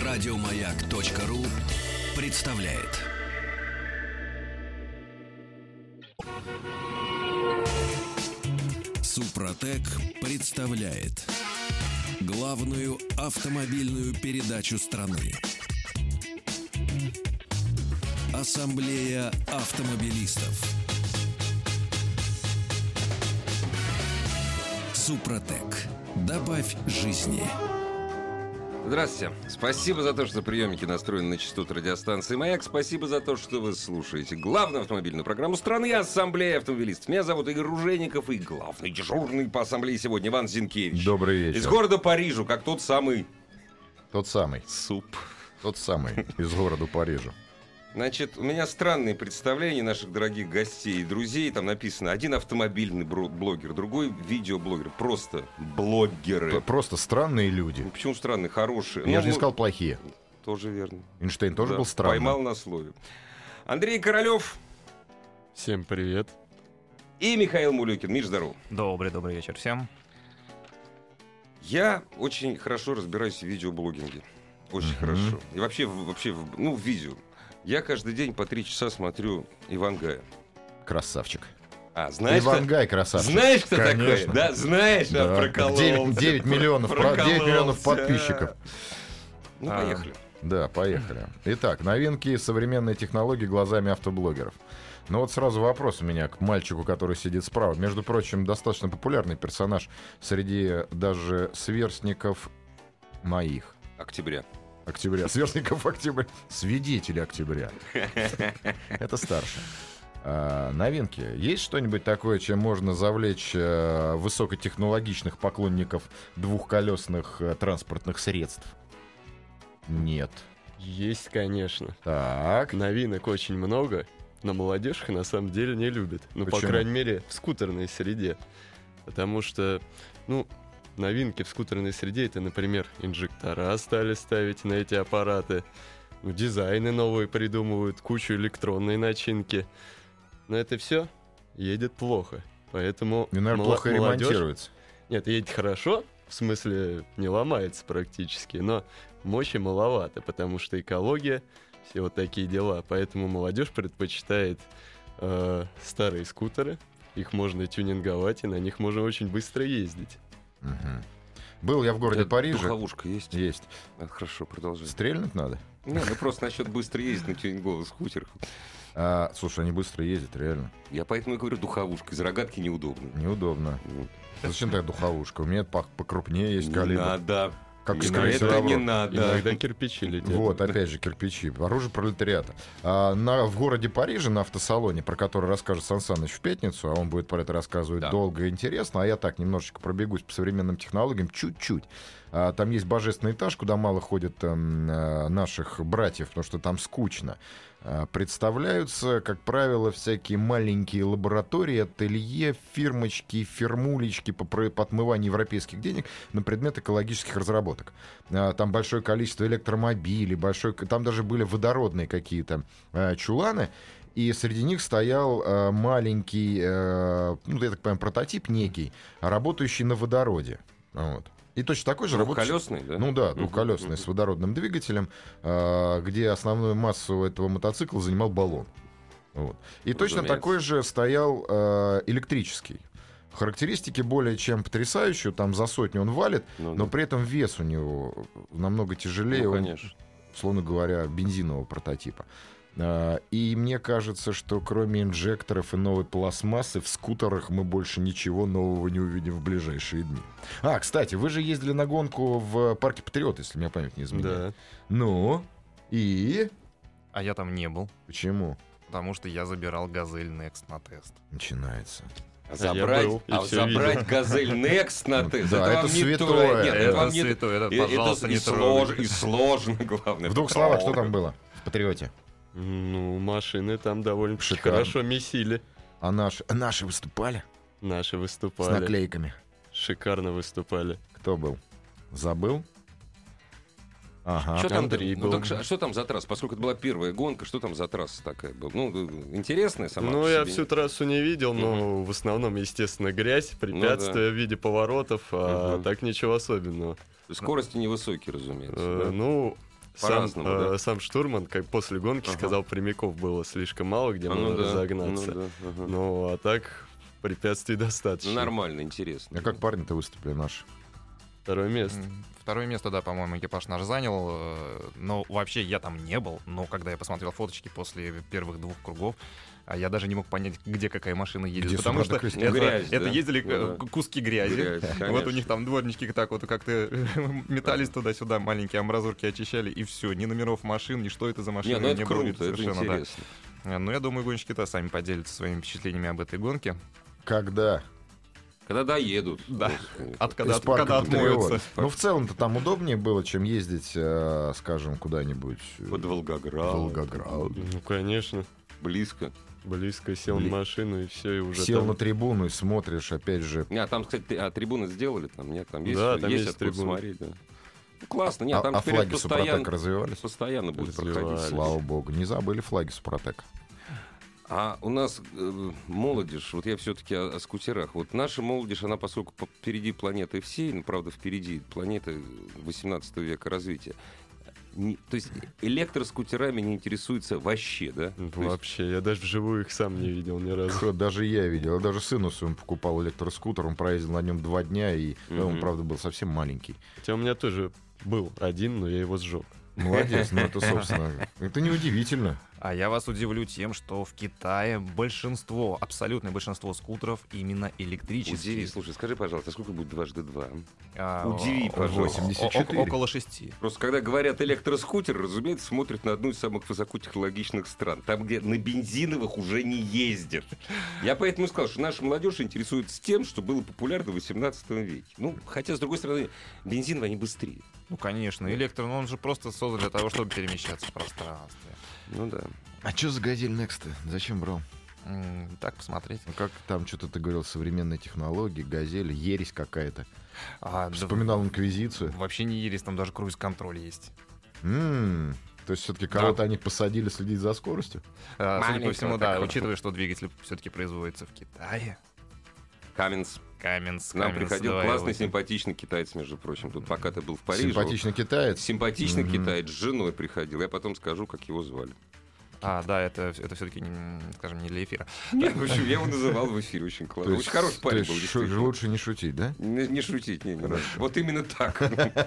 Радиомаяк.ру представляет. Супротек представляет главную автомобильную передачу страны. Ассамблея автомобилистов. Супротек. Добавь жизни. Здравствуйте. Спасибо за то, что приемники настроены на частоту радиостанции «Маяк». Спасибо за то, что вы слушаете главную автомобильную программу страны «Ассамблея автомобилистов». Меня зовут Игорь Ружейников, и главный дежурный по ассамблее сегодня Иван Зинкевич. Добрый вечер. Из города Парижа, как тот самый... Тот самый. Суп. Тот самый, из города Парижа. Значит, у меня странные представления наших дорогих гостей и друзей. Там написано: один автомобильный блогер, другой видеоблогер. Просто блогеры. Просто странные люди. Ну, почему странные? Хорошие. Я же не сказал плохие. Тоже верно. Эйнштейн тоже был странным. Поймал на слове. Андрей Королёв. Всем привет. И Михаил Мулюкин. Миш, здорово. Добрый вечер всем. Я очень хорошо разбираюсь в видеоблогинге. Очень хорошо. И вообще в видео. Я каждый день по 3 часа смотрю Ивангая. Красавчик. Знаешь, Ивангай красавчик. Знаешь, кто Конечно. такой? Да, знаешь, Да. прокололся. 9 миллионов подписчиков. Ну, поехали. Да, поехали. Итак, новинки современной технологии глазами автоблогеров. Ну вот сразу вопрос у меня к мальчику, который сидит справа. Между прочим, достаточно популярный персонаж среди даже сверстников моих. Октября. Сверстников октября. Свидетели октября. Это старше. Новинки. Есть что-нибудь такое, чем можно завлечь высокотехнологичных поклонников двухколесных транспортных средств? Нет. Есть, конечно. Так. Новинок очень много, но молодежь их на самом деле не любит. Ну, по Почему? крайней мере, в скутерной среде. Потому что, новинки в скутерной среде — это, например, инжектора стали ставить на эти аппараты, дизайны новые придумывают, кучу электронной начинки. Но это все едет плохо. Поэтому И, наверное, плохо молодежь... ремонтируется. Нет, едет хорошо, в смысле не ломается практически, но мощи маловато, потому что экология, все вот такие дела. Поэтому молодежь предпочитает старые скутеры, их можно тюнинговать, и на них можно очень быстро ездить. Мгм. Был я в городе Париже. Духовушка есть? Есть. Хорошо, продолжай. Стрельнуть надо? Ну просто насчет быстро ездить на тюнинговых скутерах. Слушай, они быстро ездят, реально. Я поэтому и говорю духовушка. Из рогатки неудобно. Неудобно. Зачем такая духовушка? У меня покрупнее есть Не калибр. надо. Как Не скорее надо, всего, это не Аврора. надо. Иногда кирпичи летят. Вот, опять же, кирпичи. Оружие пролетариата. В городе Париже на автосалоне, про который расскажет Сан Саныч в пятницу, а он будет про это рассказывать Да. долго и интересно, а я так немножечко пробегусь по современным технологиям, чуть-чуть. Там есть божественный этаж, куда мало ходят наших братьев, потому что там скучно. Представляются, как правило, всякие маленькие лаборатории, ателье, фирмочки, фирмулечки по отмыванию европейских денег на предмет экологических разработок. Там большое количество электромобилей, там даже были водородные какие-то чуланы, и среди них стоял маленький, я так понимаю, прототип некий, работающий на водороде. Вот. И точно такой же Двухколесный, да? Ну да, двухколесный, с водородным двигателем, где основную массу этого мотоцикла занимал баллон. Вот. И точно такой же стоял электрический. Характеристики более чем потрясающие, там за 100 он валит, но при этом вес у него намного тяжелее, Ну, конечно. условно говоря, бензинового прототипа. И мне кажется, что кроме инжекторов и новой пластмассы в скутерах мы больше ничего нового не увидим в ближайшие дни. Кстати, вы же ездили на гонку в парке Патриот, если меня память не изменяет. Да. Ну, и? А я там не был, Почему? потому что я забирал «Газель Next» на тест. Начинается. Забрать, был и всё забрать видел. «Газель Next» на тест. Да, это вам не святое. то. Нет, Это вам не святое, то. это, пожалуйста, не И сложно, главное. В 2 словах, что там было в Патриоте? Машины там довольно Шикарно. хорошо месили. А наши выступали Наши с выступали. наклейками? Шикарно выступали. Кто был? Забыл? Ага. Что там, Андрей был. что там за трасса? Поскольку это была первая гонка, что там за трасса такая была? Интересная сама по Я себе? всю трассу не видел, но в основном, естественно, грязь, препятствия в виде поворотов, а так ничего особенного. Скорости невысокие, разумеется. да? По-разному, да? сам штурман, как после гонки, Ага. сказал, прямиков было слишком мало, где Ну можно да, разогнаться. ну да, ага. Ну, а так препятствий достаточно. Ну, нормально, интересно. А как парни-то выступили наши? Второе место. Второе место, да, по-моему, экипаж наш занял. Но вообще я там не был. Но когда я посмотрел фоточки после первых 2 кругов, я даже не мог понять, где какая машина едет. Где Потому что Супротек это, Грязь, это да? ездили Ну да. куски грязи. Грязь, Вот конечно. у них там дворнички так вот как-то метались туда-сюда, маленькие амбразурки очищали, и все. Ни номеров машин, ни что это за машина. Не, ну это было круто, видно это совершенно, да. интересно. Ну, я думаю, гонщики-то сами поделятся своими впечатлениями об этой гонке. Когда? Когда доедут. Да. Господи. Когда Из парка когда Патриот. отмоются. Ну, в целом-то там удобнее было, чем ездить, скажем, куда-нибудь Под Волгоград. в Волгоград. Ну, конечно. Близко. Близко сел на машину, и все, и уже Сел там. на трибуну и смотришь, опять же. А там, кстати, трибуны сделали? Там нет? Там есть, Да, там есть откуда трибуны. смотреть, да. Ну, классно. Нет, там А теперь флаги Супротека постоянно, развивались? постоянно будет Развивались. проходить. Слава богу. Не забыли флаги Супротека. А у нас молодежь, вот я все-таки о скутерах. Вот наша молодежь, она, поскольку впереди планеты всей, ну, правда, впереди планеты 18 века развития, то есть электроскутерами не интересуется вообще, да? То есть- Вообще, я даже вживую их сам не видел ни разу. Даже я видел. Я даже сыну своему покупал электроскутер. Он проездил на нем 2 дня. И он, Мгм. правда, был совсем маленький. Хотя у меня тоже был один, но я его сжег. Молодец. Ну, это, собственно, это неудивительно. А я вас удивлю тем, что в Китае большинство, абсолютное большинство скутеров именно электрические. Удиви, слушай, скажи, пожалуйста, сколько будет 2 × 2? А, Удиви, пожалуйста. 84. Около 6. Просто когда говорят электроскутер, разумеется, смотрят на одну из самых высокотехнологичных стран. Там, где на бензиновых уже не ездят. Я поэтому и сказал, что наша молодежь интересуется тем, что было популярно в 18 веке. Ну, хотя, с другой стороны, бензиновые, они быстрее. Ну, конечно, электро, но он же просто создан для того, чтобы перемещаться в пространстве. Ну да. А что за «Газель Next»? Зачем брал? Так, посмотреть. Ну, как там что-то ты говорил, современные технологии, «Газель», ересь какая-то. Да Вспоминал «Инквизицию». вообще не ересь, там даже круиз-контроль есть. То есть все-таки кого-то они посадили следить за скоростью? Судя по Маленького всему, да, такого. учитывая, что двигатель все-таки производится в Китае. Каменс. Каменс, К нам Каменс, приходил давай классный, его. симпатичный китаец, между прочим. Тут пока ты был в Париже. Симпатичный китаец. Симпатичный Мгм. китаец с женой приходил. Я потом скажу, как его звали. Да, это все-таки, скажем, не для эфира. Нет, в общем, я его называл в эфире очень То классно. есть- Очень хороший то парень есть был, действительно. лучше не шутить, да? Не шутить, не надо. Вот именно так.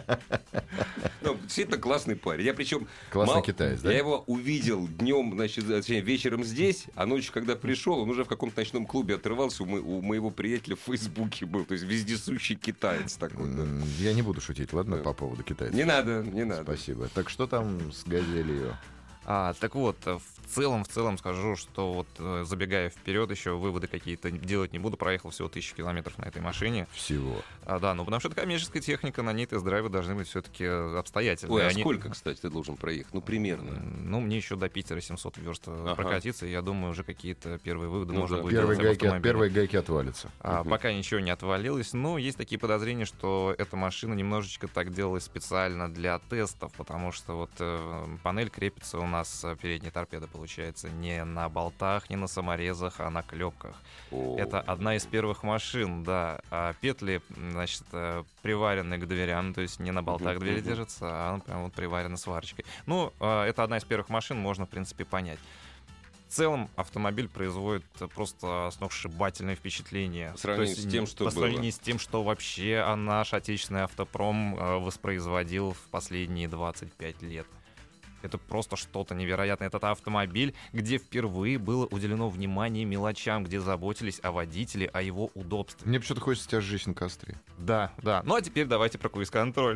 Ну, действительно классный парень. Я причем... Классный китаец, да? Я его увидел днем, значит, точнее, вечером здесь, а ночью, когда пришел, он уже в каком-то ночном клубе отрывался, у моего приятеля в Фейсбуке был. То есть вездесущий китаец такой. Да. Я не буду шутить, ладно, Да. по поводу китайцев? Не надо, не надо. Спасибо. Так что там с «Газелью»? Так вот, в целом скажу, что вот забегая вперед, еще выводы какие-то делать не буду. Проехал всего 1000 километров на этой машине. Всего. Да, ну потому что это коммерческая техника, на ней тест-драйвы должны быть все-таки обстоятельные. Ой, а Они- сколько, кстати, ты должен проехать? Ну, примерно. Ну, мне еще до Питера 700 верст Ага. прокатиться, и я думаю, уже какие-то первые выводы Ну можно да. будет Первые делать об автомобиле. первые гайки отвалятся. Мгм. Пока ничего не отвалилось, но есть такие подозрения, что эта машина немножечко так делалась специально для тестов, потому что вот панель крепится у нас, передняя торпеда получается, не на болтах, не на саморезах, а на клепках. О. Это одна из первых машин, да. А петли, значит, приварены к дверям, то есть не на болтах Мгм, двери мгм. держатся, а прям вот приварены сварочкой. Ну, это одна из первых машин, можно, в принципе, понять. В целом автомобиль производит просто сногсшибательное впечатление. По сравнению То есть, с тем, что По было. сравнению с тем, что вообще наш отечественный автопром воспроизводил в последние 25 лет. Это просто что-то невероятное. Это автомобиль, где впервые было уделено внимание мелочам, где заботились о водителе, о его удобстве. Мне почему-то хочется тебя сжечь на костре. Да. Ну а теперь давайте про круиз-контроль.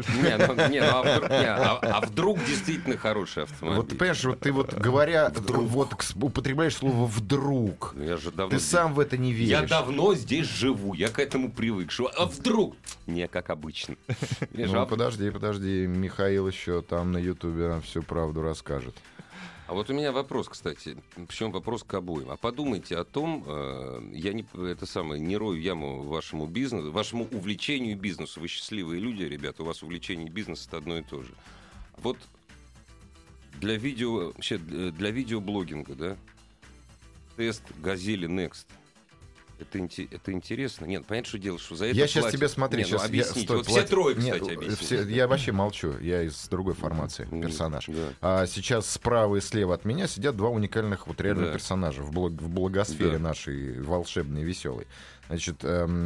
А вдруг действительно хороший автомобиль? Вот ты понимаешь, вот ты вот говоря, вот употребляешь слово «вдруг». Ну, я же давно Ты здесь- сам в это не веришь. Я давно здесь живу, я к этому привык. А вдруг? Не, как обычно. Ну, подожди, Михаил еще там на Ютубе всю правду расскажет. А вот у меня вопрос, кстати, причем вопрос к обоим. А подумайте о том, я не рою яму вашему бизнесу, вашему увлечению бизнесу. Вы счастливые люди, ребята, у вас увлечение бизнеса это одно и то же. Вот для видеоблогинга, да, тест «Газели Next». Это интересно. Нет, понятно, что дело, что за это Я сейчас платят. тебе, смотри, Не, ну, сейчас объясните. Вот все трое, кстати, объясните. Я вообще молчу, я из другой формации персонаж. Да. А сейчас справа и слева от меня сидят два уникальных вот реально Да. персонажа в благосфере Да. нашей волшебной, веселой. Значит,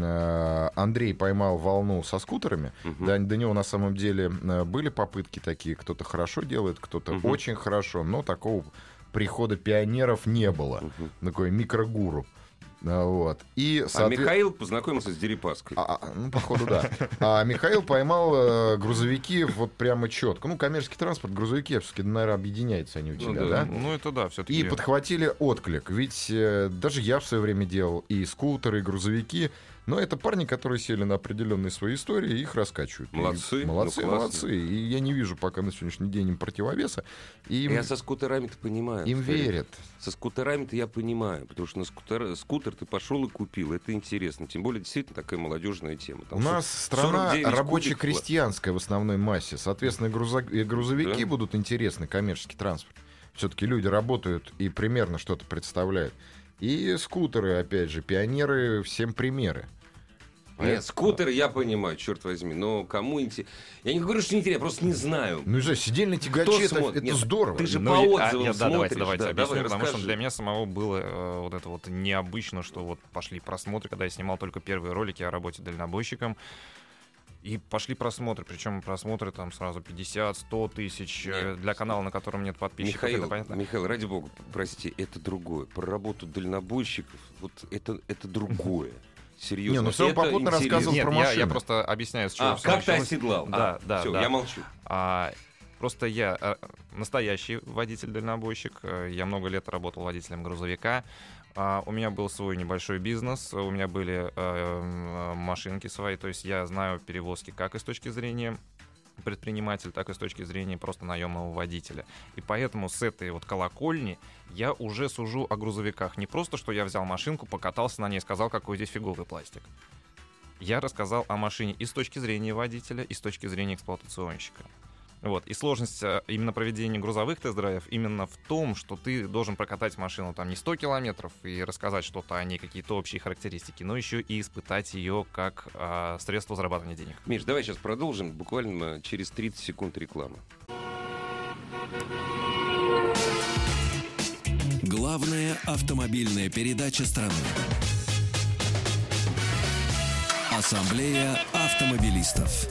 Андрей поймал волну со скутерами. До него на самом деле были попытки такие. Кто-то хорошо делает, кто-то очень хорошо, но такого прихода пионеров не было. Такой микрогуру. Вот. И, Михаил познакомился с Дерипаской. Ну, походу, да. А Михаил поймал грузовики вот прямо четко. Ну, коммерческий транспорт, грузовики, все-таки, наверное, объединяются они у тебя, да? Ну, это да, все-таки. И подхватили отклик. Ведь даже я в свое время делал и скутеры, и грузовики. Но это парни, которые сели на определенные свои истории и их раскачивают. Молодцы. Молодцы, Ну, молодцы. И я не вижу пока на сегодняшний день им противовеса. Я со скутерами-то понимаю. Им верят. Со скутерами-то я понимаю, потому что на скутер ты пошел и купил. Это интересно. Тем более, действительно, такая молодежная тема. Там У нас страна 49 рабоче-крестьянская в основной массе. Соответственно, и грузовики Да. будут интересны, коммерческий транспорт. Все-таки люди работают и примерно что-то представляют. И скутеры, опять же, пионеры, всем примеры. Нет, скутеры я понимаю, черт возьми. Но кому интересно? Я не говорю, что не интересно, я просто не знаю. Ну и же, сидельные тягачи, это смотрит? Нет, здорово. ты же Ну, по и- отзывам нет, да, смотришь. давайте Да, объясню, давай, потому что расскажи. для меня самого было вот это вот необычно, что вот пошли просмотры, когда я снимал только первые ролики о работе дальнобойщиком. И пошли просмотры, причем просмотры там сразу 50-100 тысяч для канала, на котором нет подписчиков. Михаил, это понятно? Михаил, ради бога, прости, это другое. Про работу дальнобойщиков, вот это другое. Серьезно. Не, ну всё, он Это попутно интересно. рассказывал Нет, про я машины. просто объясняю, с чего всё как ты началось. оседлал? Да, да, Все, да. я молчу. Просто я настоящий водитель-дальнобойщик. Я много лет работал водителем грузовика. У меня был свой небольшой бизнес. У меня были машинки свои. То есть я знаю перевозки как и с точки зрения предпринимателя, так и с точки зрения просто наемного водителя. И поэтому с этой вот колокольни я уже сужу о грузовиках. Не просто, что я взял машинку, покатался на ней и сказал, какой здесь фиговый пластик. Я рассказал о машине и с точки зрения водителя, и с точки зрения эксплуатационщика. Вот. И сложность именно проведения грузовых тест-драйвов именно в том, что ты должен прокатать машину там не 100 километров и рассказать что-то о ней, какие-то общие характеристики, но еще и испытать ее как средство зарабатывания денег. Миш, давай сейчас продолжим. Буквально через 30 секунд рекламы. Главная автомобильная передача страны. Ассамблея автомобилистов.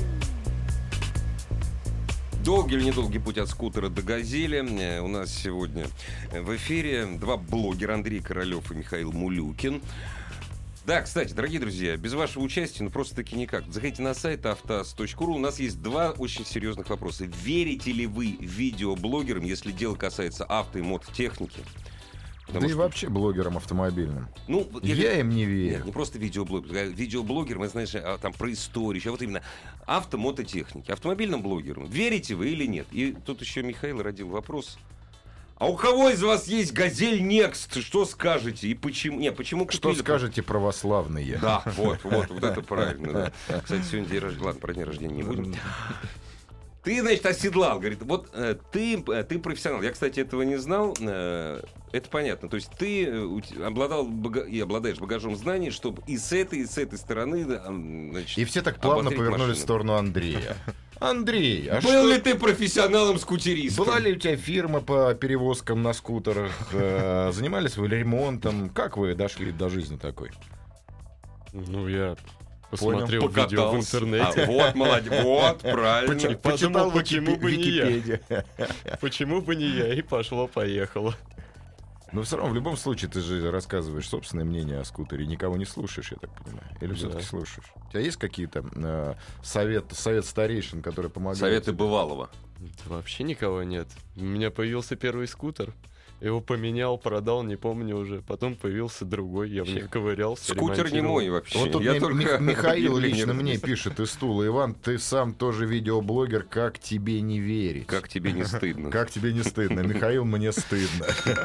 Долгий или недолгий путь от скутера до газели. У нас сегодня в эфире два блогера, Андрей Королёв и Михаил Мулюкин. Да, кстати, дорогие друзья, без вашего участия, ну просто-таки никак. Заходите на сайт автоаз.ру. У нас есть два очень серьезных вопроса. Верите ли вы видеоблогерам, если дело касается авто и мототехники? Да и вообще блогерам автомобильным. Ну, Я им не верю. Нет, не просто видеоблогер. Видеоблогер, мы знаешь, там про историю, а вот именно автомототехники. Автомобильным блогерам. Верите вы или нет? И тут еще Михаил родил вопрос. А у кого из вас есть «Газель Next»? Что скажете? И почему? Не, почему купили? Что скажете православные? Да, вот это правильно. Да. Кстати, сегодня день рождения. Ладно, про день рождения не будем. Ты, значит, оседлал. Говорит, вот ты профессионал. Я, кстати, этого не знал. Это понятно. То есть ты обладал и обладаешь багажом знаний, чтобы и с этой стороны... Значит, И все так плавно обозреть повернулись машину. в сторону Андрея. Андрей, а Был ли ты профессионалом-скутеристом? Была ли у тебя фирма по перевозкам на скутерах? Занимались вы ремонтом? Как вы дошли до жизни такой? Ну, я посмотрел видео в Покатался. интернете. Вот, молодец. Вот, правильно. И подумал, почему бы не я? Википедия. Почему бы не я? И пошло-поехало. Но все равно, в любом случае, ты же рассказываешь собственное мнение о скутере. Никого не слушаешь, я так понимаю. Или все-таки слушаешь? У тебя есть какие-то совет старейшин, которые помогают? Советы бывалого. Вообще никого нет. У меня появился первый скутер. Его поменял, продал, не помню уже. Потом появился другой, я в них ковырялся. Скутер не мой вообще. Вот тут Я мне только Михаил объявление лично мне написал. пишет из Тула. Иван, ты сам тоже видеоблогер, как тебе не верить? Как тебе не стыдно? Как тебе не стыдно? Михаил, мне стыдно.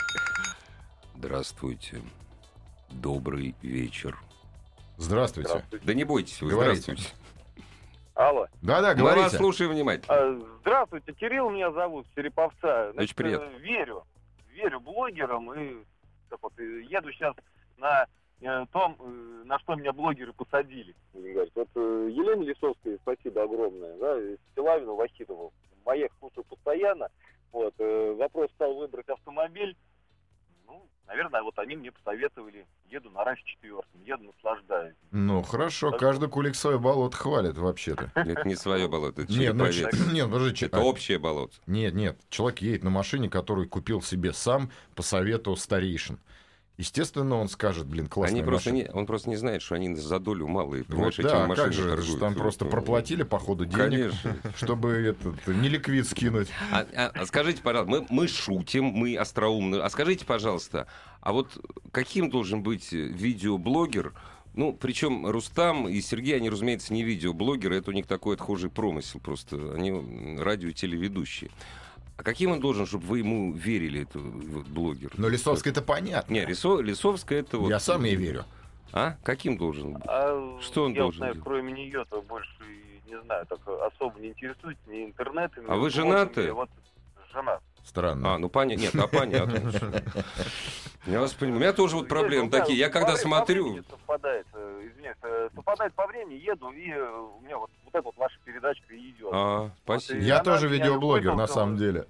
Здравствуйте. Добрый вечер. Здравствуйте. Да не бойтесь вы, Говорите. здравствуйте. Алло. Да-да, Мы вас говорите. слушаем внимательно. Здравствуйте, Кирилл меня зовут, с Череповца. Значит, Очень приятно. Верю блогерам и так вот, еду сейчас на том, на что меня блогеры посадили. Говорят, вот Елена Лисовская, спасибо огромное, да, и Стилавину, Вахидову. Моих слушаю постоянно. Вот, вопрос стал выбрать автомобиль. Ну, наверное, вот они мне посоветовали. Еду на RAV4, еду, наслаждаюсь. Ну, хорошо, каждый кулик свое болото хвалит, вообще-то. Это не свое болото, это Нет, ну, Череповец. нет, подожди, Это общее болото. Нет, человек едет на машине, которую купил себе сам по совету старейшин. Естественно, он скажет, блин, классная машина. Он просто не знает, что они за долю малые, Вот понимаешь, этими да, как машинами же, торгуют. там просто проплатили по ходу денег, Конечно. чтобы не ликвид скинуть. А скажите, пожалуйста, мы шутим, мы остроумны. А скажите, пожалуйста, а вот каким должен быть видеоблогер? Ну, причем Рустам и Сергей, они, разумеется, не видеоблогеры, это у них такой отхожий промысел просто. Они радио- и телеведущие. А каким он должен, чтобы вы ему верили, это вот, блогер? Но Лисовская это понятно. Не, Лисовская это вот... Я сам ей верю. А? Каким должен быть? Что он я, должен знаю, делать? кроме нее-то больше, не знаю, так особо не интересуюсь ни интернетом. А ни вы женаты? Вот женат. Странно. Ну понятно. Нет, понятно. Я вас понимаю. У меня тоже вот проблемы такие. Я когда смотрю... Совпадает, извиняюсь, совпадает по времени, еду, и у меня вот эта вот ваша передачка идет. Спасибо. Я она тоже меня видеоблогер, на выдала. самом деле.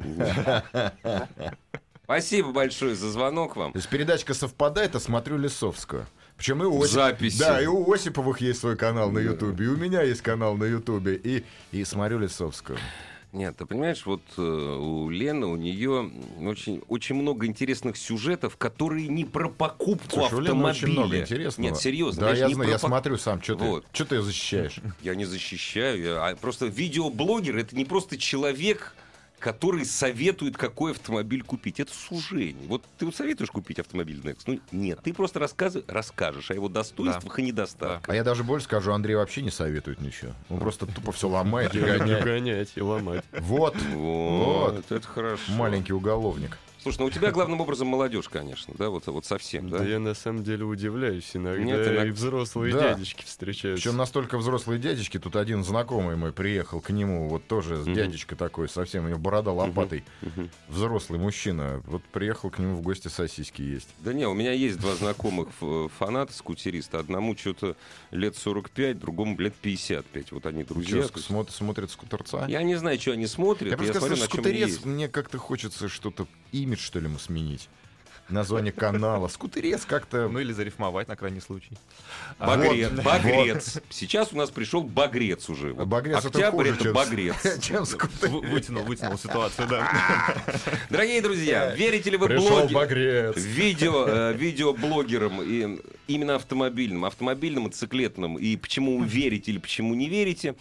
Спасибо большое за звонок вам. То есть передачка совпадает, а смотрю Лисовскую. Причем и у Записи. Да, и у Осиповых есть свой канал на Ютубе, и у меня есть канал на Ютубе, и смотрю Лисовскую. Нет, ты понимаешь, вот у Лены, у нее очень много интересных сюжетов, которые не про покупку Слушай, у Лены автомобиля. очень много интересного. Нет, серьезно. Да, я не знаю, про я смотрю сам, что Вот. ты ее защищаешь. Я не защищаю, а просто видеоблогер — это не просто человек, который советует, какой автомобиль купить. Это сужение. Вот ты вот советуешь купить автомобиль Next? Ну, нет, ты просто расскажешь о его достоинствах и недостатках. А я даже больше скажу, Андрей вообще не советует ничего. Он просто тупо все ломает и Не гоняет. гонять и ломать. Вот, Вот, это хорошо. маленький уголовник. Слушай, ну у тебя главным образом молодежь, конечно, да, вот совсем, да? Да я на самом деле удивляюсь. Иногда Нет, иногда- и взрослые Да. дядечки встречаются. Причем настолько взрослые дядечки, тут один знакомый мой приехал к нему, вот тоже дядечка такой, совсем, у него борода лопатой, взрослый мужчина, вот приехал к нему в гости сосиски есть. Да не, у меня есть два знакомых фаната, скутериста. Одному что-то лет 45, другому лет 55. Вот они друзья. Чё, смотрят скутерца? Я не знаю, что они смотрят. Я просто смотрю, скажу, на чем они скутерец, ездят. мне как-то хочется что-то, имидж, что ли, ему сменить. Название канала. Скутерец как-то... Ну или зарифмовать на крайний случай. Багрец. вот. Багрец. Сейчас у нас пришел багрец уже. Вот Багрец это Октябрь хуже, это чем- багрец. чем скутерец. Вытянул ситуацию, да. Дорогие друзья, верите ли вы Пришел багрец. видеоблогерам и именно автомобильным, мотоциклетным, и почему верите или почему не верите?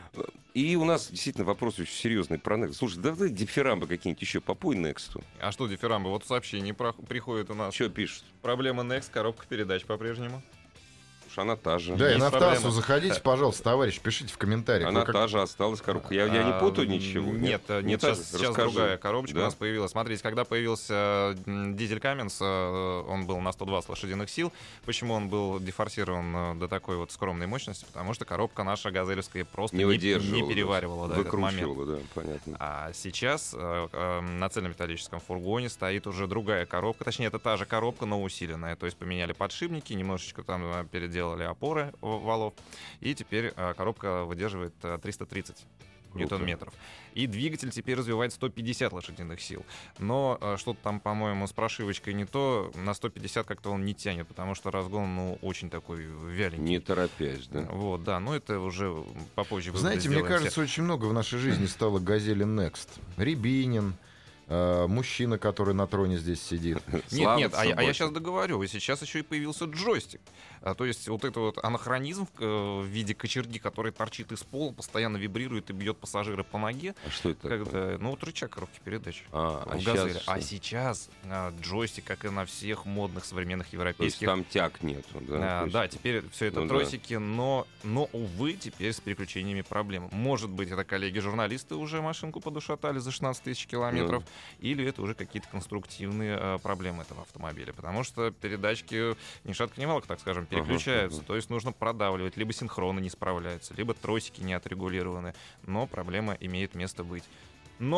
И у нас действительно вопрос очень серьезный про Next. Слушай, да вы дифирамбы какие-нибудь еще попой Next'у. А что, дифирамбы? Вот сообщение приходит у нас. Что пишут? Проблема Next, коробка передач по-прежнему. Уж она та же. Да, и Есть на проблема. ТАССу заходите, пожалуйста, товарищ, пишите в комментариях. Она Вы как- та же осталась коробка. Я не путаю ничего. Нет, Не та же? сейчас Расскажи. другая коробочка Да? у нас появилась. Смотрите, когда появился дизель Каменс, он был на 120 лошадиных сил. Почему он был дефорсирован до такой вот скромной мощности? Потому что коробка наша газелевская просто Не выдерживала. не переваривала этот момент. Выкручивала, да, понятно. А сейчас на цельнометаллическом фургоне стоит уже другая коробка. Точнее, это та же коробка, но усиленная. То есть поменяли подшипники, немножечко там переделали опоры валов. И теперь коробка выдерживает 330 ньютон-метров. И двигатель теперь развивает 150 лошадиных сил. Но что-то там, по-моему, с прошивочкой не то. На 150 как-то он не тянет, потому что разгон, ну, очень такой вяленький. Не торопясь, да. Вот, да, но это уже попозже. выводы Знаете, мне сделаем кажется, все. очень много в нашей жизни стало «Газели Next». Рябинин, мужчина, который на троне здесь сидит. Слава Нет, а я субботе. сейчас договорю. И сейчас еще и появился джойстик. То есть вот это вот анахронизм в виде кочерги, который торчит из пола, постоянно вибрирует и бьет пассажира по ноге. А что это такое? Когда, ну вот рычаг коробки передач. А в щас «Газели». что? А сейчас джойстик, как и на всех модных современных То есть европейских. там тяг нету, да? То есть- Да, теперь все это Ну да. тросики, но, увы, теперь с переключениями проблемы. Может быть, это коллеги-журналисты уже машинку подушатали за 16 тысяч километров, или это уже какие-то конструктивные проблемы этого автомобиля. Потому что передачки ни шатка, ни валка, так скажем, переключаются. То есть нужно продавливать, либо синхронно не справляются, либо тросики не отрегулированы. Но проблема имеет место быть. Но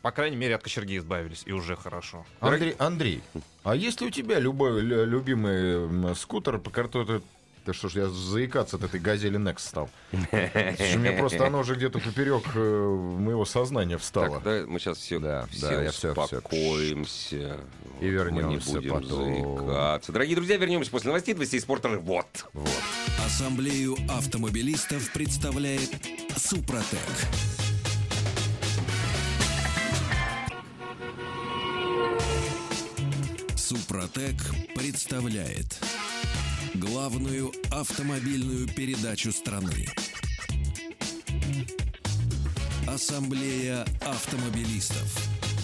по крайней мере, от кочерги избавились, и уже хорошо. Андрей, а есть ли у тебя любой любимый скутер, по которому да что ж, я заикаться от этой «Газели Next» стал. Мне просто оно уже где-то поперек моего сознания встало. Так, да, мы сейчас все успокоимся. И вернемся мы не будем потом. заикаться. Дорогие друзья, вернемся после новостей, новостей спорта. Вот. Ассамблею автомобилистов представляет «Супротек». «Супротек» представляет главную автомобильную передачу страны. Ассамблея автомобилистов.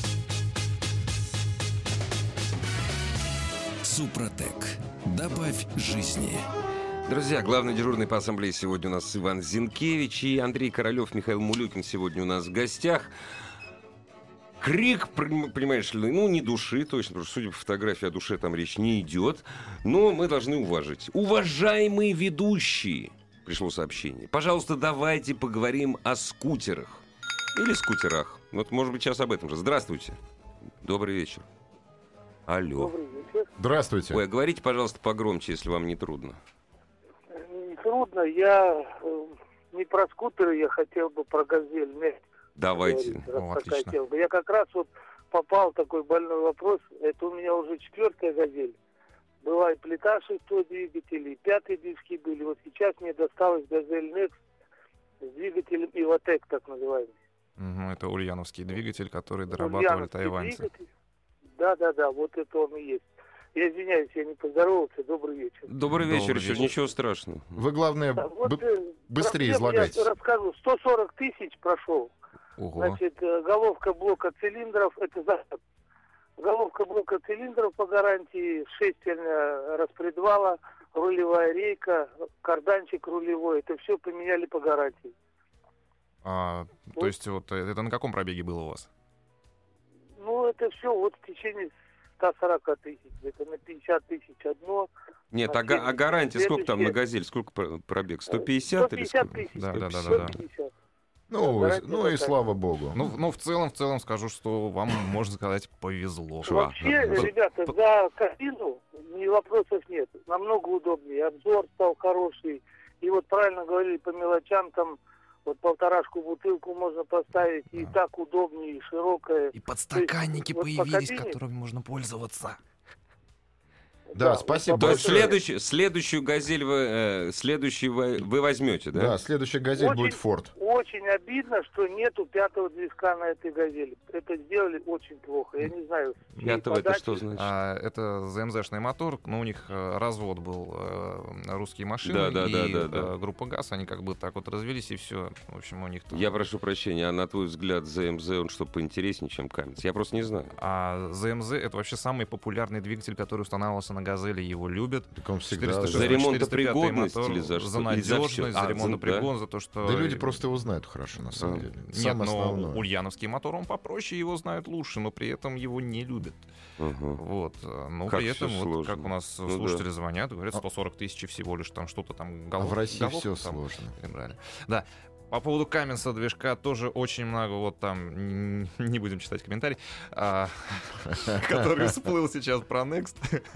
«Супротек». Добавь жизни. Друзья, главный дежурный по ассамблее сегодня у нас Иван Зинкевич и Андрей Королёв, Михаил Мулюкин сегодня у нас в гостях. Крик, понимаешь ли, не души точно, потому что, судя по фотографии, о душе там речь не идет, но мы должны уважить. Уважаемые ведущие, пришло сообщение, пожалуйста, давайте поговорим о скутерах. Или скутерах. Вот, может быть, сейчас об этом же. Здравствуйте. Добрый вечер. Алло. Добрый вечер. Здравствуйте. Ой, говорите, пожалуйста, погромче, если вам не трудно. Не трудно. Я не про скутеры, я хотел бы про «Газель». Давайте. Отлично. Я как раз вот попал в такой больной вопрос. Это у меня уже 4-я «Газель». Была и плита 6-й двигатель, и 5-й движки были. Вот сейчас мне досталась «Газель Next» с двигателем «Ивотек», так называемый. Это ульяновский двигатель, который дорабатывали тайваньцы. Да, вот это он и есть. Я извиняюсь, я не поздоровался. Добрый вечер. Добрый вечер, еще ничего страшного. Вы, главное, быстрее излагайте. Я расскажу. 140 тысяч прошел. Ого. Значит, головка блока цилиндров, это запад. Головка блока цилиндров по гарантии, шестерня распредвала, рулевая рейка, карданчик рулевой. Это все поменяли по гарантии. То есть вот это на каком пробеге было у вас? Ну, это все вот в течение 140 тысяч. Это на 50 тысяч одно. Нет, а гарантия сколько там на «Газель»? Сколько пробег? 150 или сколько? 150 тысяч. Да. 150. Ну и слава богу. Ну, в целом скажу, что вам, можно сказать, повезло. Вообще, ребята, за кабину вопросов нет. Намного удобнее. Обзор стал хороший. И вот правильно говорили, по мелочам там вот 1,5 бутылку можно поставить. И так удобнее, и широкая. И подстаканники вот появились, по кабине, которыми можно пользоваться. Да, спасибо То есть большое. следующую «Газель» вы возьмете, да? Да, следующая «Газель» будет «Форд». Очень обидно, что нету 5-го движка на этой «Газели». Это сделали очень плохо. Я не знаю. 5-го это что значит? Это ЗМЗ-шный мотор, но у них развод был русские машины Да. группа ГАЗ, они как бы так вот развелись, и все. В общем, у них там... Я прошу прощения, а на твой взгляд ЗМЗ, он что, поинтереснее, чем Каменц? Я просто не знаю. А ЗМЗ — это вообще самый популярный двигатель, который устанавливался на «Газели», его любят. Так он всегда... 406, За ремонтопригодность 405 или за что? За Или за надежность, всё? за ремонтопригодность, за то, что... Да люди просто его знают хорошо, на самом деле. Нет, Самое но основное. ульяновский мотор, он попроще, его знают лучше, но при этом его не любят. Вот. Но Как при этом, всё вот, сложно. как у нас Ну слушатели звонят, говорят, 140 тысяч всего лишь там что-то там А в России головку все там сложно. прибрали. Да. По поводу Каменца движка тоже очень много, вот там, не будем читать комментарий, который всплыл сейчас про Next.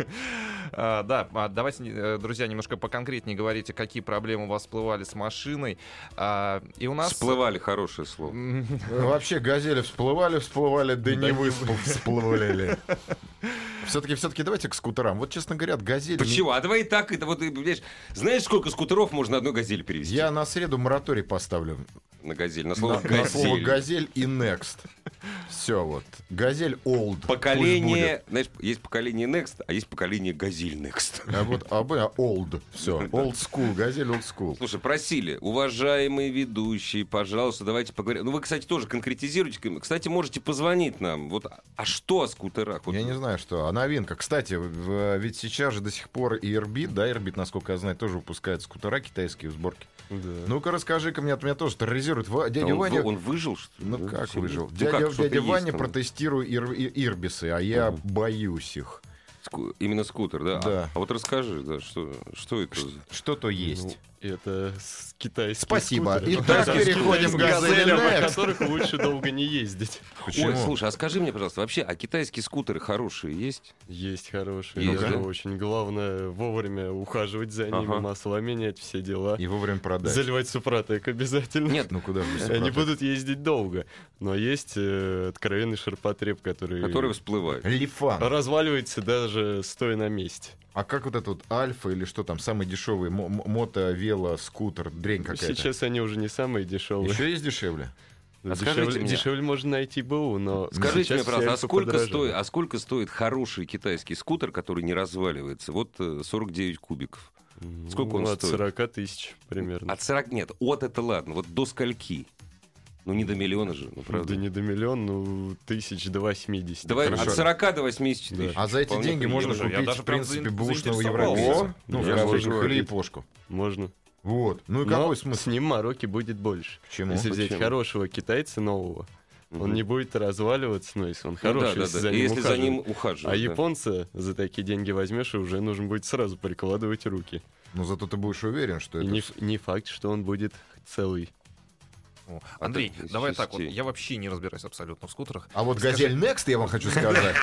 Да, давайте, друзья, немножко поконкретнее говорите, какие проблемы у вас всплывали с машиной. И у нас... Всплывали, хорошее слово. Вообще «Газели» всплывали, да не всплывали. Все-таки давайте к скутерам. Вот, честно говоря, «Газель». Почему? А давай так, это вот, понимаешь, знаешь, сколько скутеров можно на одной «Газели» перевести? Я на среду мораторий поставлю. На «Газель», на слово На слово «Газель». «Газель» и «Next». Все вот. «Газель Old». Поколение, знаешь, есть поколение Next, а есть поколение «Газель Next». А вот Old. Все. Old School. «Газель Old School». Слушай, просили, уважаемые ведущие, пожалуйста, давайте поговорим. Ну, вы, кстати, тоже конкретизируйте. Кстати, можете позвонить нам. Вот, а что о скутерах? Вот. Я не знаю, что. А новинка. Кстати, ведь сейчас же до сих пор и Airbeat, да, Airbeat, насколько я знаю, тоже выпускает скутера китайские в сборке. Да. Ну-ка, расскажи-ка мне, меня тоже терроризирует. Дядя Ваня... Он выжил, что ли? Ну, Да, как серьезно? выжил? Ну, Дядя что-то есть Ваня там. протестирует ирбисы, а я боюсь их. Именно скутер, да? Да. А вот расскажи, да, что это? Что-то есть. Это китайский Спасибо. скутер. Итак, переходим к «Газели на Next». которых лучше долго не ездить. Почему? Ой, слушай, а скажи мне, пожалуйста, вообще, а китайские скутеры хорошие есть? Есть хорошие, Есть, даже да? очень. Главное вовремя ухаживать за ними, Ага. масло менять, все дела. И вовремя продать. Заливать Супротек обязательно. Нет, Ну куда же без Они Супротек? будут ездить долго. Но есть откровенный ширпотреб, который которые всплывают. Лифан. разваливается даже стоя на месте. А как вот этот вот Альфа или что там, самый дешевый мото, вело, скутер, дрень какая-то? Сейчас они уже не самые дешевые. Еще есть дешевле? А скажите мне- Дешевле можно найти БУ, но Скажите сейчас мне, пожалуйста, все сколько стоит хороший китайский скутер, который не разваливается? Вот 49 кубиков. Сколько он от стоит? 40 тысяч примерно. От 40, нет, от это ладно, вот до скольки? Ну не до миллиона же, ну правда. Да не до миллиона, ну тысяч до 80. Давай Хорошо. от 40 до 80 тысяч. А за эти Вполне деньги можно приемлемо. Я купить, даже в прям принципе, бэушного заинтересовался. европейца. Ну, в я кавычках, могу или говорить. япошку. Можно. Вот. Ну и Но какой с смысл? ним мороки будет больше. Почему? Если взять Почему? хорошего китайца нового, он Мгм. не будет разваливаться, ну, если он Ну хороший, да, если да, за да. ним Если за ухаживать. ним ухаживать. А да. японца за такие деньги возьмешь, и уже нужно будет сразу прикладывать руки. Но зато ты будешь уверен, что И это... не факт, что он будет целый. О, Андрей, из давай так вот, частей. я вообще не разбираюсь абсолютно в скутерах. А вот Скажи- «Газель Next», я вам хочу сказать.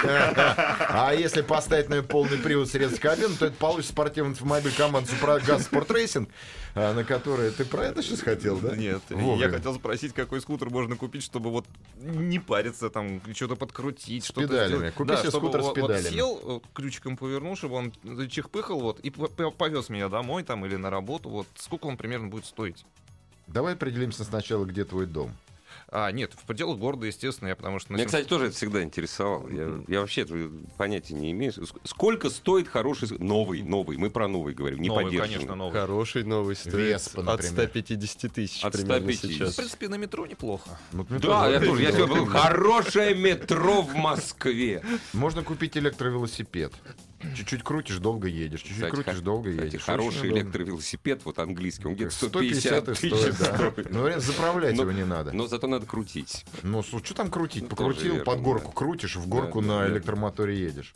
А если поставить на её полный привод средств кабины, то это получится спортивный автомобиль команды «Супрогаз Спорт Рейсинг», на который... Ты про это сейчас хотел, да? Нет, я Вовремя. хотел спросить, какой скутер можно купить, чтобы вот не париться, там, что-то подкрутить, что-то педалями. сделать. Купи Да, себе чтобы скутер с вот педалями. сел, ключиком повернул, чтобы он чихпыхал, вот, и повез меня домой там или на работу, вот, сколько он примерно будет стоить? Давай определимся сначала, где твой дом. Нет, в пределах города, естественно, я потому что... на Меня, 700 кстати, тоже это всегда интересовало. Я вообще понятия не имею. Сколько стоит хороший... Новый, мы про новый говорим, не Новый, подержанный. конечно, новый. Хороший новый стоит Веспа, от например. 150 тысяч От примерно 150. В сейчас. принципе, на метро неплохо. Вот мне Да, я тоже. Я говорю, тебе говорю, хорошее метро в Москве. Можно купить электровелосипед. Чуть-чуть крутишь, долго едешь. Чуть-чуть Кстати, крутишь, долго Кстати, едешь. хороший Очень удобно. электровелосипед, вот английский, он где-то 150 150 и тысяч стоит, да. стоит. Ну, реально, заправлять Но- его не надо. Но зато надо крутить. Ну, слушай, что там крутить? Ну, Покрутил, тоже верно, под горку да. крутишь, в горку Да, на да. электромоторе едешь.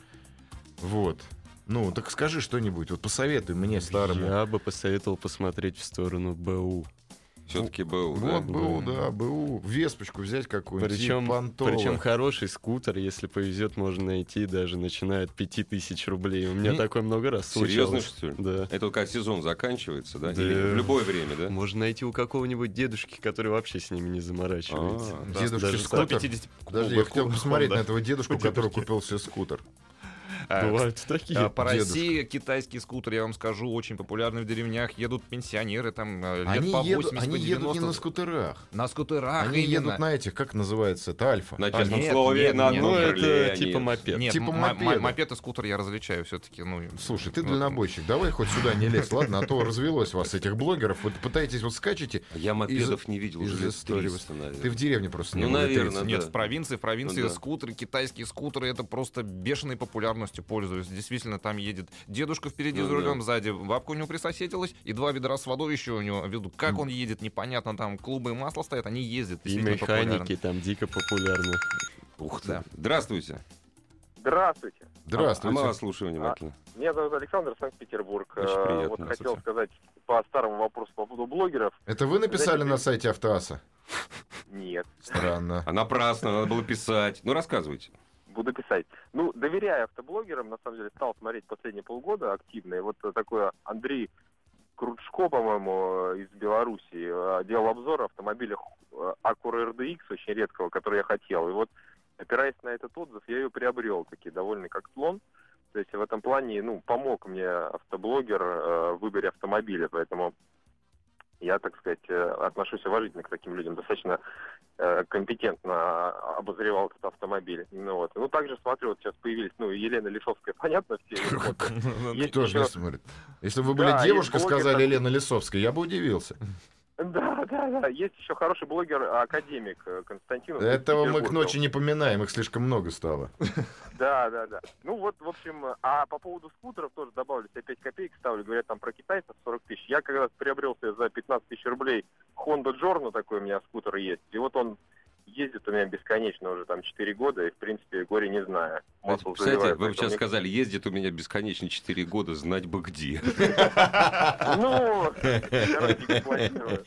Вот. Ну, так скажи что-нибудь, вот посоветуй мне, старому. Я бы посоветовал посмотреть в сторону БУ. Все-таки был, Вот да? БУ, да, БУ. Веспочку взять какую-нибудь. Причем хороший скутер, если повезет, можно найти даже начиная от 5000 рублей. У меня Не- такое много раз Серьезно, случалось. что ли? Да. Это вот как сезон заканчивается, да? Да. Или в любое время, да? Можно найти у какого-нибудь дедушки, который вообще с ними не заморачивается. А, Да, Дедушка даже скутер. 150 Подожди, я хотел посмотреть на да. этого дедушку, который купил себе скутер. Бывают такие. По дедушка. России китайский скутер, я вам скажу, очень популярный в деревнях. Едут пенсионеры там лет Они по 80, едут, они по едут не 90. на скутерах. На скутерах Они именно. едут на этих, как называется, это Альфа. На честном нет, слове, нет, на нет. одном Ну, крыле это они типа едут. мопед. Нет, Типа мопеда. мопед и скутер я различаю все-таки. Ну, Слушай, ты вот. дальнобойщик, давай хоть сюда не лезь, ладно? А то развелось вас этих блогеров. Вы пытаетесь, вот скачете. Я мопедов не видел из уже лет истории. 300, наверное. Ты в деревне просто не Ну, был, лет наверное, 30. Нет, да. в провинции Ну да. скутеры, китайские скутеры, это просто бешеной популярностью пользуются. Действительно, там едет дедушка впереди Ну за рулем, да. сзади бабка у него присоседилась, и 2 ведра с водой еще у него. Веду, как он едет, непонятно, там клубы и масло стоят, они ездят. И действительно механики популярны. там дико популярны. Ух ты. Да. Здравствуйте. Здравствуйте. А Здравствуйте. мы вас слушаем внимательно. Меня зовут Александр, Санкт-Петербург. Очень приятно. Вот хотел Здравствуйте. сказать по старому вопросу по поводу блогеров. Это вы написали на сайте Автоаса? Нет, Странно. А напрасно, надо было писать. Ну, рассказывайте. буду писать. Ну, доверяя автоблогерам, на самом деле, стал смотреть последние полгода активно. И вот такой Андрей Кручко, по-моему, из Беларуси, делал обзор автомобиля Acura RDX, очень редкого, который я хотел. И вот, опираясь на этот отзыв, я ее приобрел, таки довольный как слон. То есть в этом плане, ну, помог мне автоблогер в выборе автомобиля, поэтому я, так сказать, отношусь уважительно к таким людям, достаточно компетентно обозревал этот автомобиль. Ну, вот. Ну, также смотрю, вот сейчас появились, ну, Елена Лисовская, понятно, все. её фото. Есть Тоже еще- не смотрит. Если бы вы были Да, девушка, есть блогер сказали такой. Елена Лисовская, я бы удивился. Да. Есть еще хороший блогер, академик Константин. Этого мы к Петербург. ночи не поминаем, их слишком много стало. Да. Ну вот, в общем, а по поводу скутеров тоже добавлю, я 5 копеек ставлю, говорят, там про китайцев 40 тысяч. Я когда приобрел себе за 15 тысяч рублей Honda Giorno, такой у меня скутер есть, и вот он ездит у меня бесконечно уже там 4 года, и, в принципе, горе не знаю. Масло Кстати, заливаю, вы сейчас поэтому сказали, ездит у меня бесконечно 4 года, знать бы где. Ну, короче, не планирую.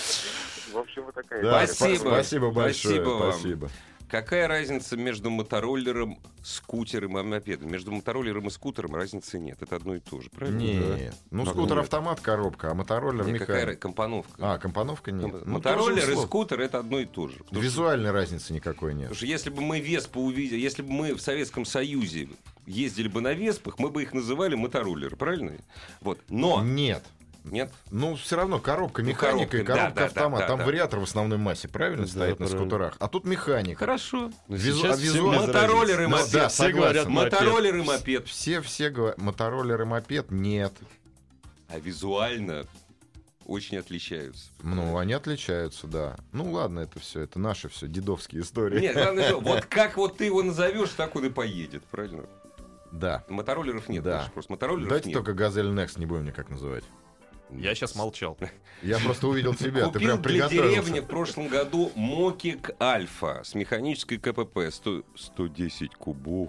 В общем, вот такая Да, история. спасибо большое. Спасибо вам. Спасибо. Какая разница между мотороллером, скутером и мопедом? Между мотороллером и скутером разницы нет. Это одно и то же, правильно? Нет. Ну, Как скутер нет? автомат, коробка, а мотороллер Нет, какая механик. компоновка? А, компоновка нет. Ну, Мотороллер тоже и условно. скутер — это одно и то же. Потому что- Визуальной разницы никакой нет. Потому что если бы мы Веспу увидели, если бы мы в Советском Союзе ездили бы на Веспах, мы бы их называли мотороллеры, правильно? Вот. Но Нет. нет. Ну, все равно коробка Ну, механика и коробка, коробка да, автомат. да, Там да. вариатор в основной массе, правильно, Да, стоит на правильно. скутерах. А тут механика. Хорошо. Но Визу- сейчас а всем визуально- без Мотороллер и разницы. мопед. Да, Все согласен. говорят мопед. Мотороллер и мопед. Все говорят, мотороллер и мопед нет. А визуально очень отличаются. Ну, они отличаются, да. Ну, ладно, это все, это наши все дедовские истории. Нет, главное, что вот как вот ты его назовешь, так он и поедет, правильно? Да. Мотороллеров нет, Да. больше просто мотороллеров Давайте нет. только Газель Next не будем никак называть. Я сейчас молчал. Я просто увидел тебя, ты Купил прям для деревни приготовился. в прошлом году Мокик Альфа с механической КПП 110 кубов.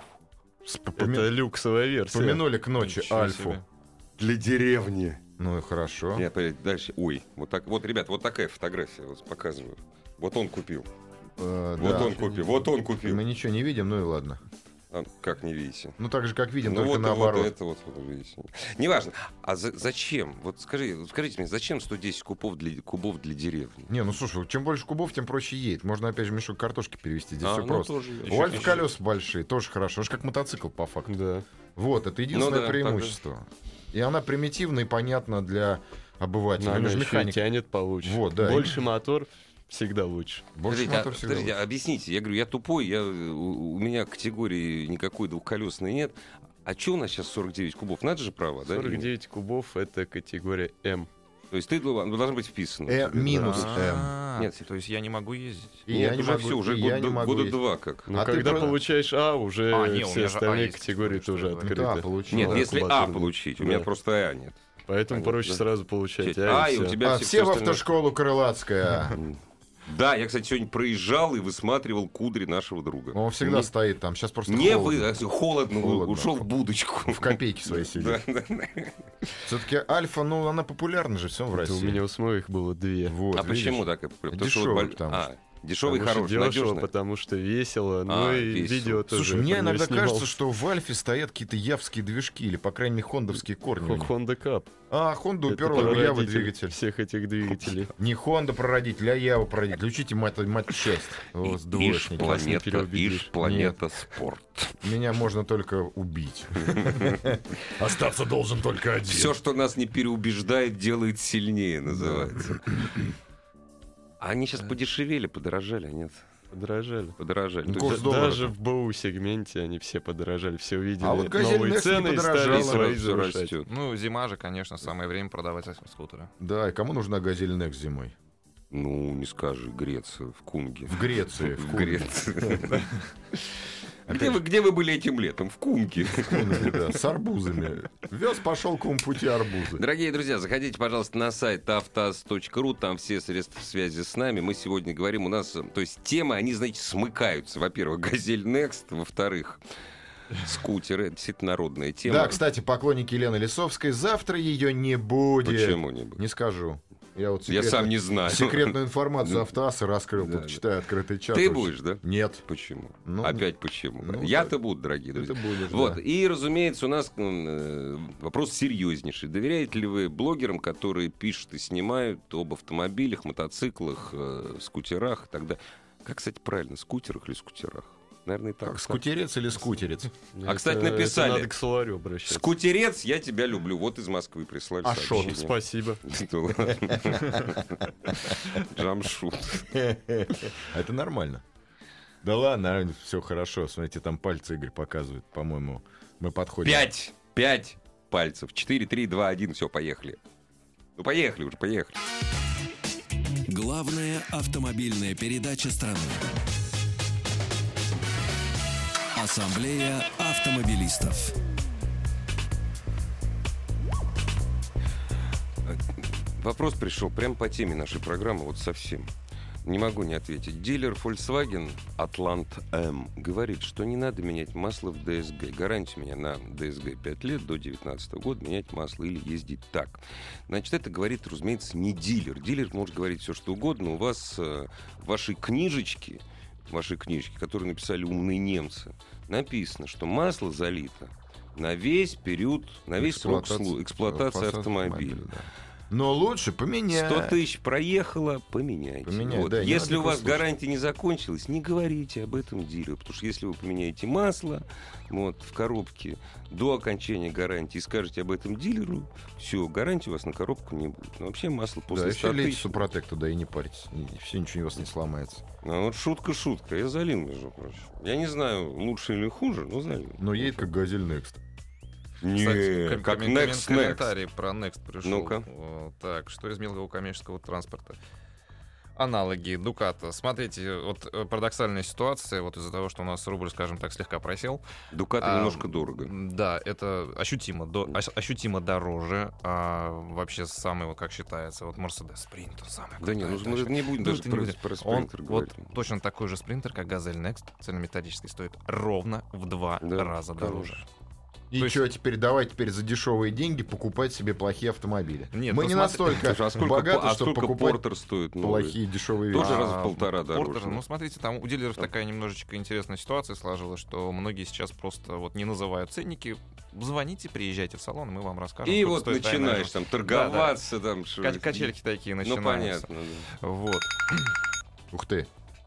Это люксовая версия. Помянули к ночи Ничего Альфу. себе. Для деревни. Ну и хорошо. Я дальше. Ой, вот так. Вот, ребят, вот такая фотография, вот показываю. Вот он купил. Вот Да. он купил. Вот он купил. Мы ничего не видим, ну и ладно. А, как не видите? Ну так же, как видим, Ну только вот, наоборот. вот это вот видите. Неважно. А зачем? Вот скажите мне, зачем 110 кубов для деревни? Не, ну слушай, чем больше кубов, тем проще едет. Можно опять же мешок картошки перевести. Здесь все ну, просто. тоже. У Альфа колеса большие, тоже хорошо. Это же как мотоцикл по факту. Да. Вот, это единственное Ну да, преимущество. И она примитивна и понятна для обывателя. Но Ну, она же еще и механик. тянет получше. Вот, да. Больше мотор всегда лучше. Больше Подождите, мотор всегда подождите, лучше. объясните. Я говорю, я тупой, у меня категории никакой двухколесной нет. А что у нас сейчас 49 кубов? Надо же права, да? 49 кубов — это категория М. То есть ты должен быть вписан. Минус М. А, Нет. то есть я не могу ездить. И Нет, я не уже могу, все, уже и я не могу года ездить. два как. Но А ты когда просто- получаешь А, уже А, не, у все меня же А остальные есть, категории что тоже я говорю. открыты. Да, получил. Нет, Да, если А кубатурный. получить, у Да. меня просто А нет. Поэтому Понятно, проще да. сразу получать А, и у всё. тебя А, все в остальное- автошколу Крылатская. Да, я, кстати, сегодня проезжал и высматривал кудри нашего друга. Он всегда Не- стоит там. Сейчас просто Не холодно. холодно, Холодно. ушел в будочку. В копейке своей сидит. Да, да. Все-таки Альфа, ну, она популярна же всем в Это России. у меня у самого их было 2. Вот, А видишь? почему так? Потому что Дешевый, вот потому что. дешевый, Потому что хороший, дешево, надежный. потому что весело. Ну и весело. видео тоже. Слушай, мне про неё иногда снимал. кажется, что в Альфе стоят какие-то явские движки, или, по крайней мере, хондовские корни. у них. Honda Cup. А, Хонда Это уперла в Явы прародитель двигатель. всех этих двигателей. Не Хонда прародитель, а Ява прародитель. Учите мать счастье. Вот, Иш двоечники. Вас не планета, переубедишь. Иш планета спорт. Меня можно только убить. Остаться должен только один. Все, что нас не переубеждает, делает сильнее, называется. А они сейчас подешевели, подорожали, а нет? Подорожали. Подорожали. Ну, То курс есть- доллара. Даже в БУ-сегменте они все подорожали. Все увидели А вот «Газель новые Next» не цены и стали подорожала. свои всё завышать. растет. Ну, зима же, конечно, самое время продавать скутеры. Да, и кому нужна «Газель Next» зимой? Ну, не скажи, Греция, в Кунге. В Греции. В Греции. Где вы были этим летом? В Кунге. Да, с арбузами. Вез, пошел к пути арбузы. Дорогие друзья, заходите, пожалуйста, на сайт автоаз.ру, там все средства связи с нами. Мы сегодня говорим, у нас, то есть темы, они, знаете, смыкаются. Во-первых, «Газель Next», во-вторых, скутеры, это действительно народная тема. Да, кстати, поклонники Елены Лисовской, завтра ее не будет. Почему не будет? Не скажу. Я вот Я сам не знаю. секретную информацию автоаса раскрыл, Да, тут читаю открытый чат. Ты очень. будешь, да? Нет. Почему? Ну, Опять почему? ну, Я-то буду, дорогие Ты друзья. будешь, Вот, да. и, разумеется, у нас вопрос серьезнейший. Доверяете ли вы блогерам, которые пишут и снимают об автомобилях, мотоциклах, скутерах и так далее? Как, кстати, правильно, скутерах или скутерах? Наверное, и так. Как, скутерец или скутерец? А, кстати, Это написали. надо к словарю обращаться. Скутерец, я тебя люблю. Вот из Москвы прислали А сообщение. Спасибо. Да ладно. Джамшут. Это нормально. Да ладно, все хорошо. Смотрите, там пальцы Игорь показывает, по-моему. Мы подходим. 5 пальцев. 4, 3, 2, 1. Все, поехали. Ну, поехали уже, поехали. Главная автомобильная передача страны. Ассамблея автомобилистов. Вопрос пришел прямо по теме нашей программы, вот совсем. Не могу не ответить. Дилер Volkswagen Atlant M говорит, что не надо менять масло в DSG. Гарантия у меня на DSG 5 лет, до 2019 года менять масло или ездить так. Значит, это говорит, разумеется, не дилер. Дилер может говорить все, что угодно. У вас в вашей книжечке, которые написали умные немцы, написано, что масло залито на весь период, на весь срок эксплуатации автомобиля. Да. Но лучше поменять. 100 тысяч проехало, поменяйте. Вот. Да, если у вас гарантия не закончилась, не говорите об этом дилеру. Потому что если вы поменяете масло в коробке до окончания гарантии и скажете об этом дилеру, все, гарантии у вас на коробку не будет. Но вообще масло после 100 лейте тысяч... Супротек туда и не паритесь. Все, ничего у вас не сломается. Ну, вот шутка. Я залил, между прочим. Я не знаю, лучше или хуже, но залил. Но едет как «Газель Next». Нет, как Next. Комментарий про Next пришел. Ну-ка. Так, что из мелкого коммерческого транспорта? Аналоги Дуката. Смотрите, вот парадоксальная ситуация, вот из-за того, что у нас рубль, скажем так, слегка просел. Дуката немножко дорого. Да, это ощутимо дороже. Вообще самый, вот как считается, вот Mercedes Sprinter самый. Да нет, мы не будем даже про Sprinter говорить. Вот точно такой же Sprinter, как Газель Next, цельнометаллический, стоит ровно в 2 раза дороже. И что, теперь за дешевые деньги покупать себе плохие автомобили? Нет, мы не настолько богаты, чтобы покупать Портер стоит плохие дешевые вещи. Тоже раза в 1,5 дороже. Портер, смотрите, там у дилеров такая немножечко интересная ситуация сложилась, что многие сейчас просто вот не называют ценники. Звоните, приезжайте в салон, мы вам расскажем. И вот начинаешь там торговаться. Там, качельки такие начинаются. Ну, понятно. Вот. Ух ты.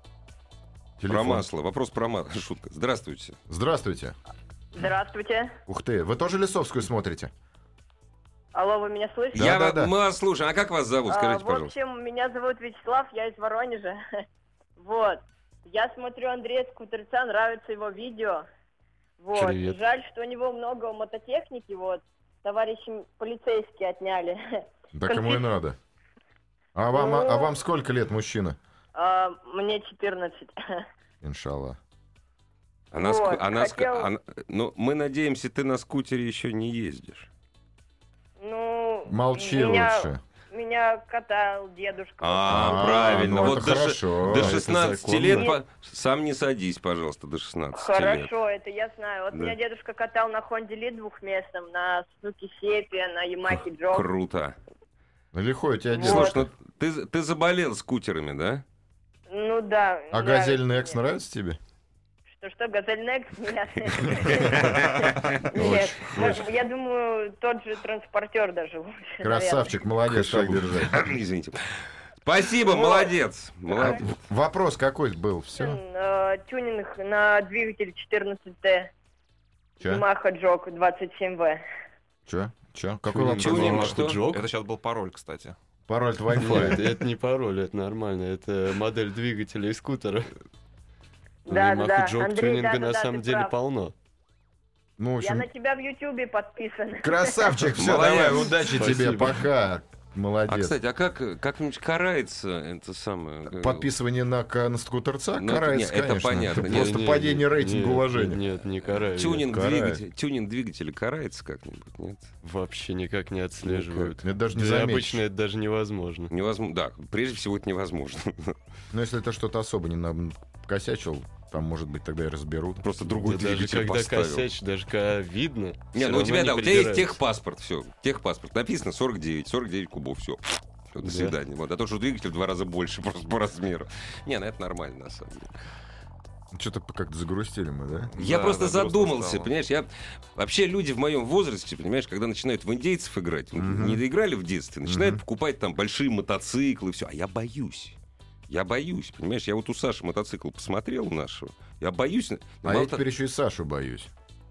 Про масло. Вопрос про масло. Шутка. Здравствуйте. Здравствуйте. Здравствуйте. Ух ты, вы тоже Лисовскую смотрите? Алло, вы меня слышите? Да. Мы вас слушаем. А как вас зовут? Скажите, пожалуйста. В общем, меня зовут Вячеслав, я из Воронежа. Вот. Я смотрю Андрея Скутерца, нравится его видео. Вот. Привет. Жаль, что у него много мототехники, вот. Товарищи полицейские отняли. Да кому и надо. А вам сколько лет, мужчина? Мне 14. Иншаллах. Но мы надеемся, ты на скутере еще не ездишь. Ну, молчи лучше. Меня катал дедушка. Правильно. Ну, вот это хорошо. До 16 лет сам не садись, пожалуйста, до 16 лет. Хорошо, это я знаю. Вот меня дедушка катал на Хонде Лид двухместном, на Сузуки Сепия, на Ямахе Джо. Круто. Лихой у тебя дедушка. Слушай, ну ты заболел скутерами, да? Ну да. А «Газель Next» нравится тебе? Что, «Газель Next»? Нет. Я думаю, тот же «Транспортер» даже лучше. Красавчик, молодец, так держать. Извините. Спасибо, молодец. Вопрос какой был? Все. Тюнинг на двигатель 14Т. Yamaha Jog 27V. Че? Какой вопрос? Это сейчас был пароль, кстати. Пароль от Wi-Fi. Это не пароль, это нормально. Это модель двигателя и скутера. Да. Yamaha Андрей, тюнинга на самом деле полно. Ну, в общем... Я на тебя в Ютубе подписан. Красавчик, все, давай, удачи тебе, пока. Молодец. А, кстати, как-нибудь карается это самое? Подписывание на скутерца карается, нет, конечно. это понятно. Просто падение рейтинга уважения. Нет, не карается. Тюнинг двигателя карается как-нибудь, нет? Вообще никак не отслеживают. Это даже не Да, заметишь. обычно это даже невозможно. Да, прежде всего это невозможно. Но если это что-то особо не косячил, там, может быть, тогда и разберут. Просто другой двигатель когда поставил. косячишь, даже когда видно. Не, ну у тебя есть техпаспорт, все. Техпаспорт. Написано 49 кубов, все. До свидания. Вот, а то, что двигатель в 2 раза больше просто по размеру. Не, ну это нормально, на самом деле. Что-то как-то загрустили мы, да? Я просто задумался, понимаешь, вообще люди в моем возрасте, понимаешь, когда начинают в индейцев играть, не доиграли в детстве, начинают покупать там большие мотоциклы, все, а я боюсь. Понимаешь, я вот у Саши мотоцикл посмотрел нашего, я боюсь. Я теперь еще и Сашу боюсь.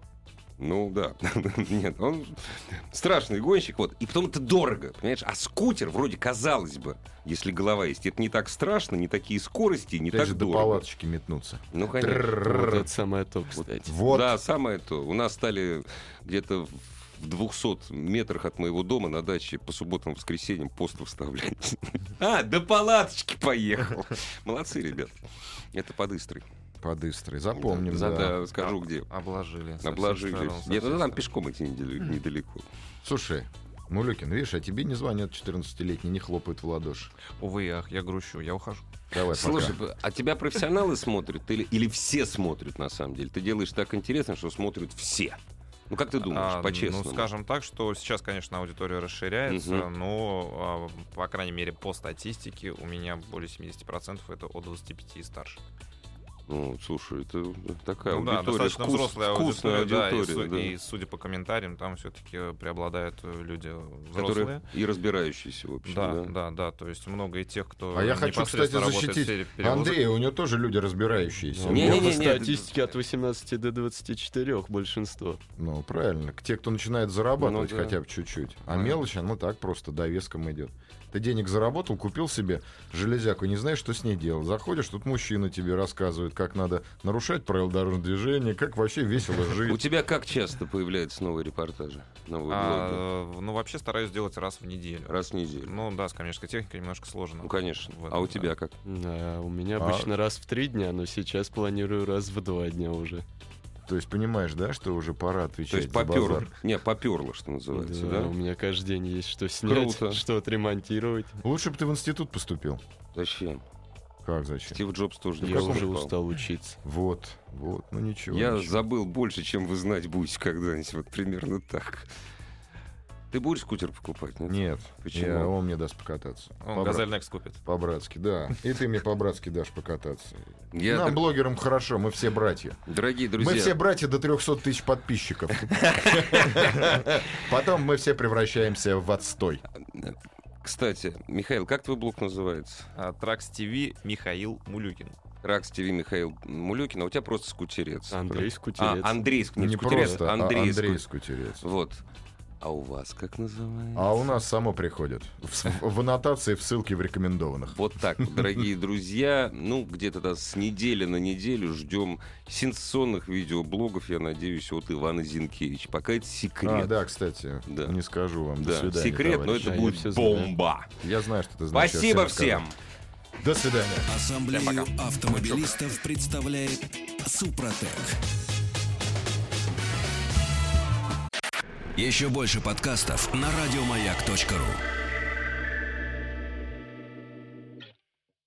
Ну да, нет, он страшный гонщик, вот. И потом это дорого, понимаешь? А скутер, вроде казалось бы, если голова есть, это не так страшно, не такие скорости, не так дорого. До палаточки метнуться. Ну, конечно. Вот это самое то, кстати. Вот. Да, самое то. У нас стали где-то в 200 метрах от моего дома на даче по субботам и воскресеньям пост выставлять. До палаточки поехал. Молодцы, ребят. Это под Истрой. Под Истрой. Запомним, да. Скажу, где. Обложили. Нет, ну там пешком идти недалеко. Слушай, Мулюкин, видишь, а тебе не звонят 14-летние, не хлопают в ладоши. Увы, ах, я грущу, я ухожу. Давай, Слушай, пока. а тебя профессионалы смотрят или все смотрят на самом деле? Ты делаешь так интересно, что смотрят все. Ну, как ты думаешь, по-честному? Ну, скажем так, что сейчас, конечно, аудитория расширяется, но, по крайней мере, по статистике у меня более 70% это от 25 и старше. Ну, слушай, это такая Ну да, аудитория, достаточно взрослая вкусная аудитория, да. и судя по комментариям, там все-таки преобладают люди взрослые. Которые и разбирающиеся, в общем, Да, то есть много и тех, кто А я хочу, кстати, непосредственно работает в защитить сфере перевозок. Андрея, у него тоже люди разбирающиеся. Не-не-не. По статистике от 18 до 24 большинство. Ну, правильно. Те, кто начинает зарабатывать Ну да. хотя бы чуть-чуть. А мелочь, ну так просто довеском идет. Ты денег заработал, купил себе железяку, не знаешь, что с ней делать. Заходишь, тут мужчина тебе рассказывает, как надо нарушать правила дорожного движения, как вообще весело У жить. тебя как часто появляются новые репортажи, новые блоги? Ну, вообще стараюсь делать раз в неделю. Раз в неделю. Ну да, с коммерческой техникой немножко сложно. Ну, конечно. в этом, А у тебя как? Да, у меня обычно раз в 3 дня, но сейчас планирую раз в 2 дня уже. То есть понимаешь, да, что уже пора То отвечать есть за поперло. базар. Не, поперло, что называется, Да, да? у меня каждый день есть что снять, Круто. что отремонтировать. Лучше бы ты в институт поступил. Зачем? Как зачем? Стив Джобс тоже не Я уже поступал. устал учиться. Вот, ну ничего. Я ничего. забыл больше, чем вы знать будете когда-нибудь. Вот примерно так. Ты будешь скутер покупать? Нет, Почему? он мне даст покататься. Он Газель Next купит. По-братски, да. И ты мне по-братски дашь покататься. Я Нам, так- блогерам, хорошо, мы все братья. Дорогие друзья, Мы все братья до 300 тысяч подписчиков. Потом мы все превращаемся в отстой. кстати, Михаил, как твой блог называется? Тракс ТВ Михаил Мулюкин. Ракс ТВ Михаил Мулюкин, а у тебя просто скутерец. Андрей Скутерец. Андрей, не Не скутерец, просто, Андрей, Андрей Скутерец. Вот. А у вас как называется? А у нас само приходит. В аннотации, в ссылке в рекомендованных. Вот так, вот, дорогие друзья, ну, где-то с недели на неделю ждем сенсационных видеоблогов, я надеюсь, от Ивана Зинкевича. Пока это секрет. Да, кстати, Да. не скажу вам. До Да, свидания, секрет, но товарищи. это я будет всё знаю. бомба. Я знаю, что ты знаешь. я Спасибо всем всем. скажу. До свидания. Ассамблею автомобилистов представляет Супротек. Еще больше подкастов на радиомаяк.ру.